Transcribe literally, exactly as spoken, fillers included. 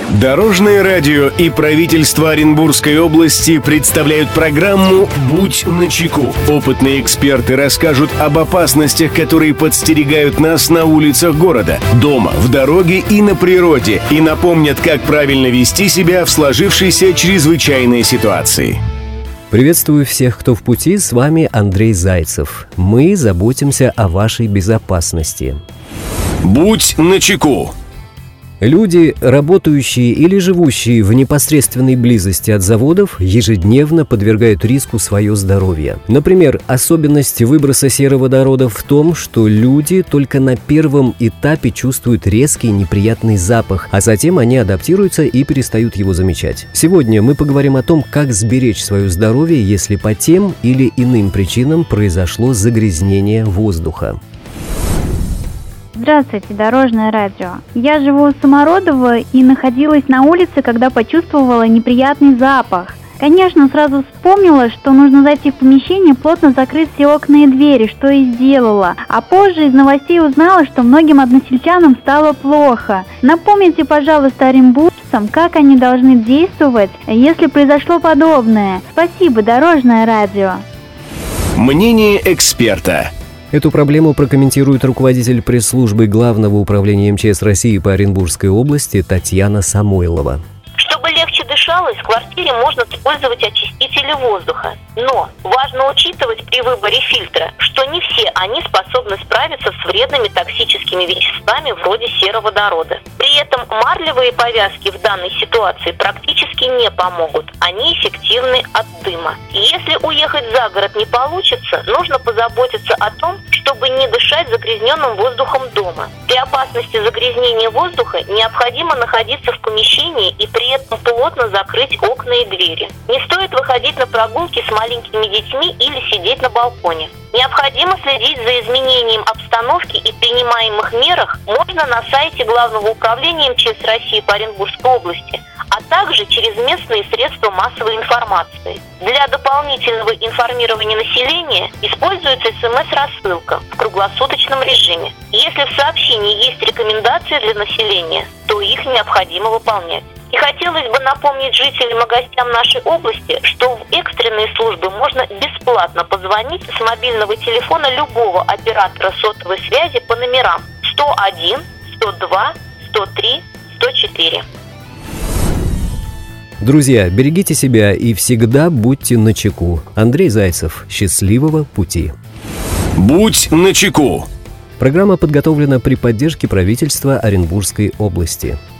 Дорожное радио и правительство Оренбургской области представляют программу «Будь начеку». Опытные эксперты расскажут об опасностях, которые подстерегают нас на улицах города, дома, в дороге и на природе, и напомнят, как правильно вести себя в сложившейся чрезвычайной ситуации. Приветствую всех, кто в пути, с вами Андрей Зайцев. Мы заботимся о вашей безопасности. Будь начеку. Люди, работающие или живущие в непосредственной близости от заводов, ежедневно подвергают риску свое здоровье. Например, особенность выброса сероводорода в том, что люди только на первом этапе чувствуют резкий неприятный запах, а затем они адаптируются и перестают его замечать. Сегодня мы поговорим о том, как сберечь свое здоровье, если по тем или иным причинам произошло загрязнение воздуха. Здравствуйте, Дорожное радио. Я живу в Самородово и находилась на улице, когда почувствовала неприятный запах. Конечно, сразу вспомнила, что нужно зайти в помещение, плотно закрыть все окна и двери, что и сделала. А позже из новостей узнала, что многим односельчанам стало плохо. Напомните, пожалуйста, оренбуржцам, как они должны действовать, если произошло подобное. Спасибо, Дорожное радио. Мнение эксперта. Эту проблему прокомментирует руководитель пресс-службы Главного управления эм че эс России по Оренбургской области Татьяна Самойлова. Чтобы легче дышалось, в квартире можно использовать очистители воздуха. Но важно учитывать при выборе фильтра, что не все они способны справиться с вредными токсическими веществами вроде сероводорода. При этом марлевые повязки в данной ситуации практически не помогут. Они эффективны от дыма. И если уехать за город не получится, нужно позаботиться о том, чтобы не дышать загрязненным воздухом дома. При опасности загрязнения воздуха необходимо находиться в помещении и при этом плотно закрыть окна и двери. Не стоит выходить на прогулки с маленькими детьми или сидеть на балконе. Необходимо следить за изменением обстановки и принимаемых мерах можно на сайте Главного управления эм че эс России по Оренбургской области, а также через местные средства массовой информации. Для дополнительного информирования населения используется эс эм эс-рассылка в круглосуточном режиме. Если в сообщении есть рекомендации для населения, то их необходимо выполнять. И хотелось бы напомнить жителям и гостям нашей области, что в экстренные службы можно бесплатно позвонить с мобильного телефона любого оператора сотовой связи по номерам сто один, сто два, сто три, сто четыре. Друзья, берегите себя и всегда будьте начеку. Андрей Зайцев. Счастливого пути. Будь начеку. Программа подготовлена при поддержке правительства Оренбургской области.